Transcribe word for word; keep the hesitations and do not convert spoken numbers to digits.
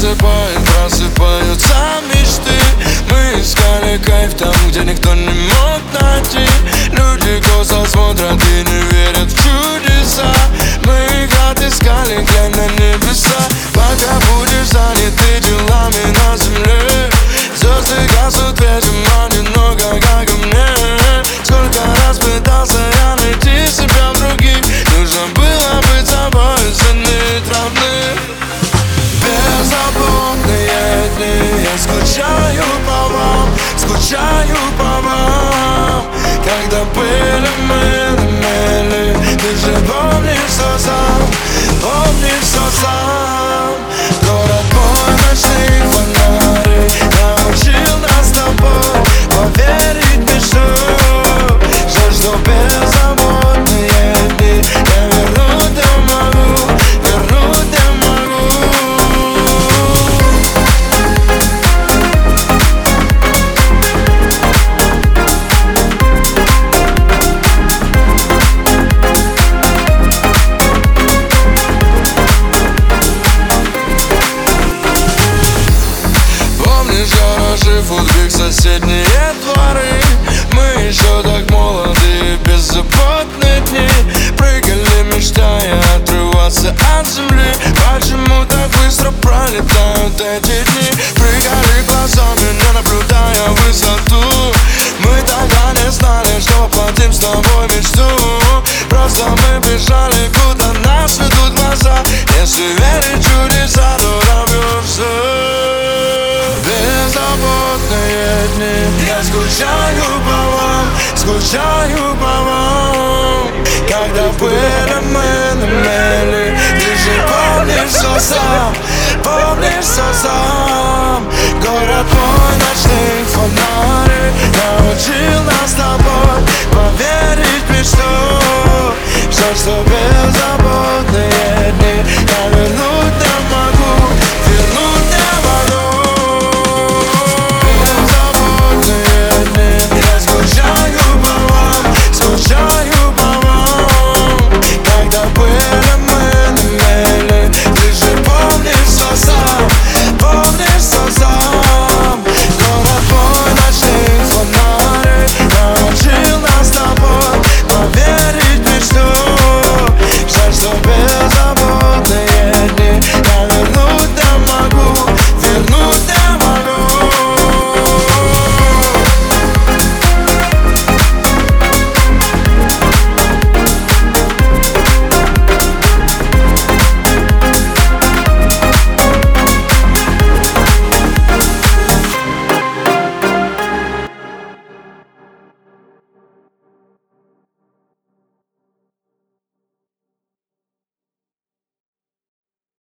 засыпает, просыпаются мечты. Мы искали кайф там, где никто не мог найти. Люди косо смотрят и не верят в чудеса. Мы их отыскали, глянь на небеса. Пока будешь занят ты делами на земле, звезды гаснут, видимо, немного как и мне. Сколько раз пытался я найти себя в других. Нужно было быть собой, ценить родных. Беззаботные дни, я скучаю по вам, скучаю по вам. Когда были мы на мели, ты же помнишь, что сам, помнишь, что сам. Город мой, ночные фонари научил нас с тобой поверить в мечту. Жаль, что беззаботные дни я вернуть не могу, вернуть не могу. Помнишь, гаражи, футбик, соседние дворы. Мы еще так молоды, беззаботные дни. Прыгали, мечтая отрываться от земли. Почему так быстро пролетают эти дни? Прыгали глазами, не наблюдая высоту. Мы тогда не знали, что платим с тобой мечту. Просто мы бежали, куда нас ведут глаза. Если верить в чудеса, то добьешься. Беззаботные дни, я скучаю по вам, скучаю по вам. Когда были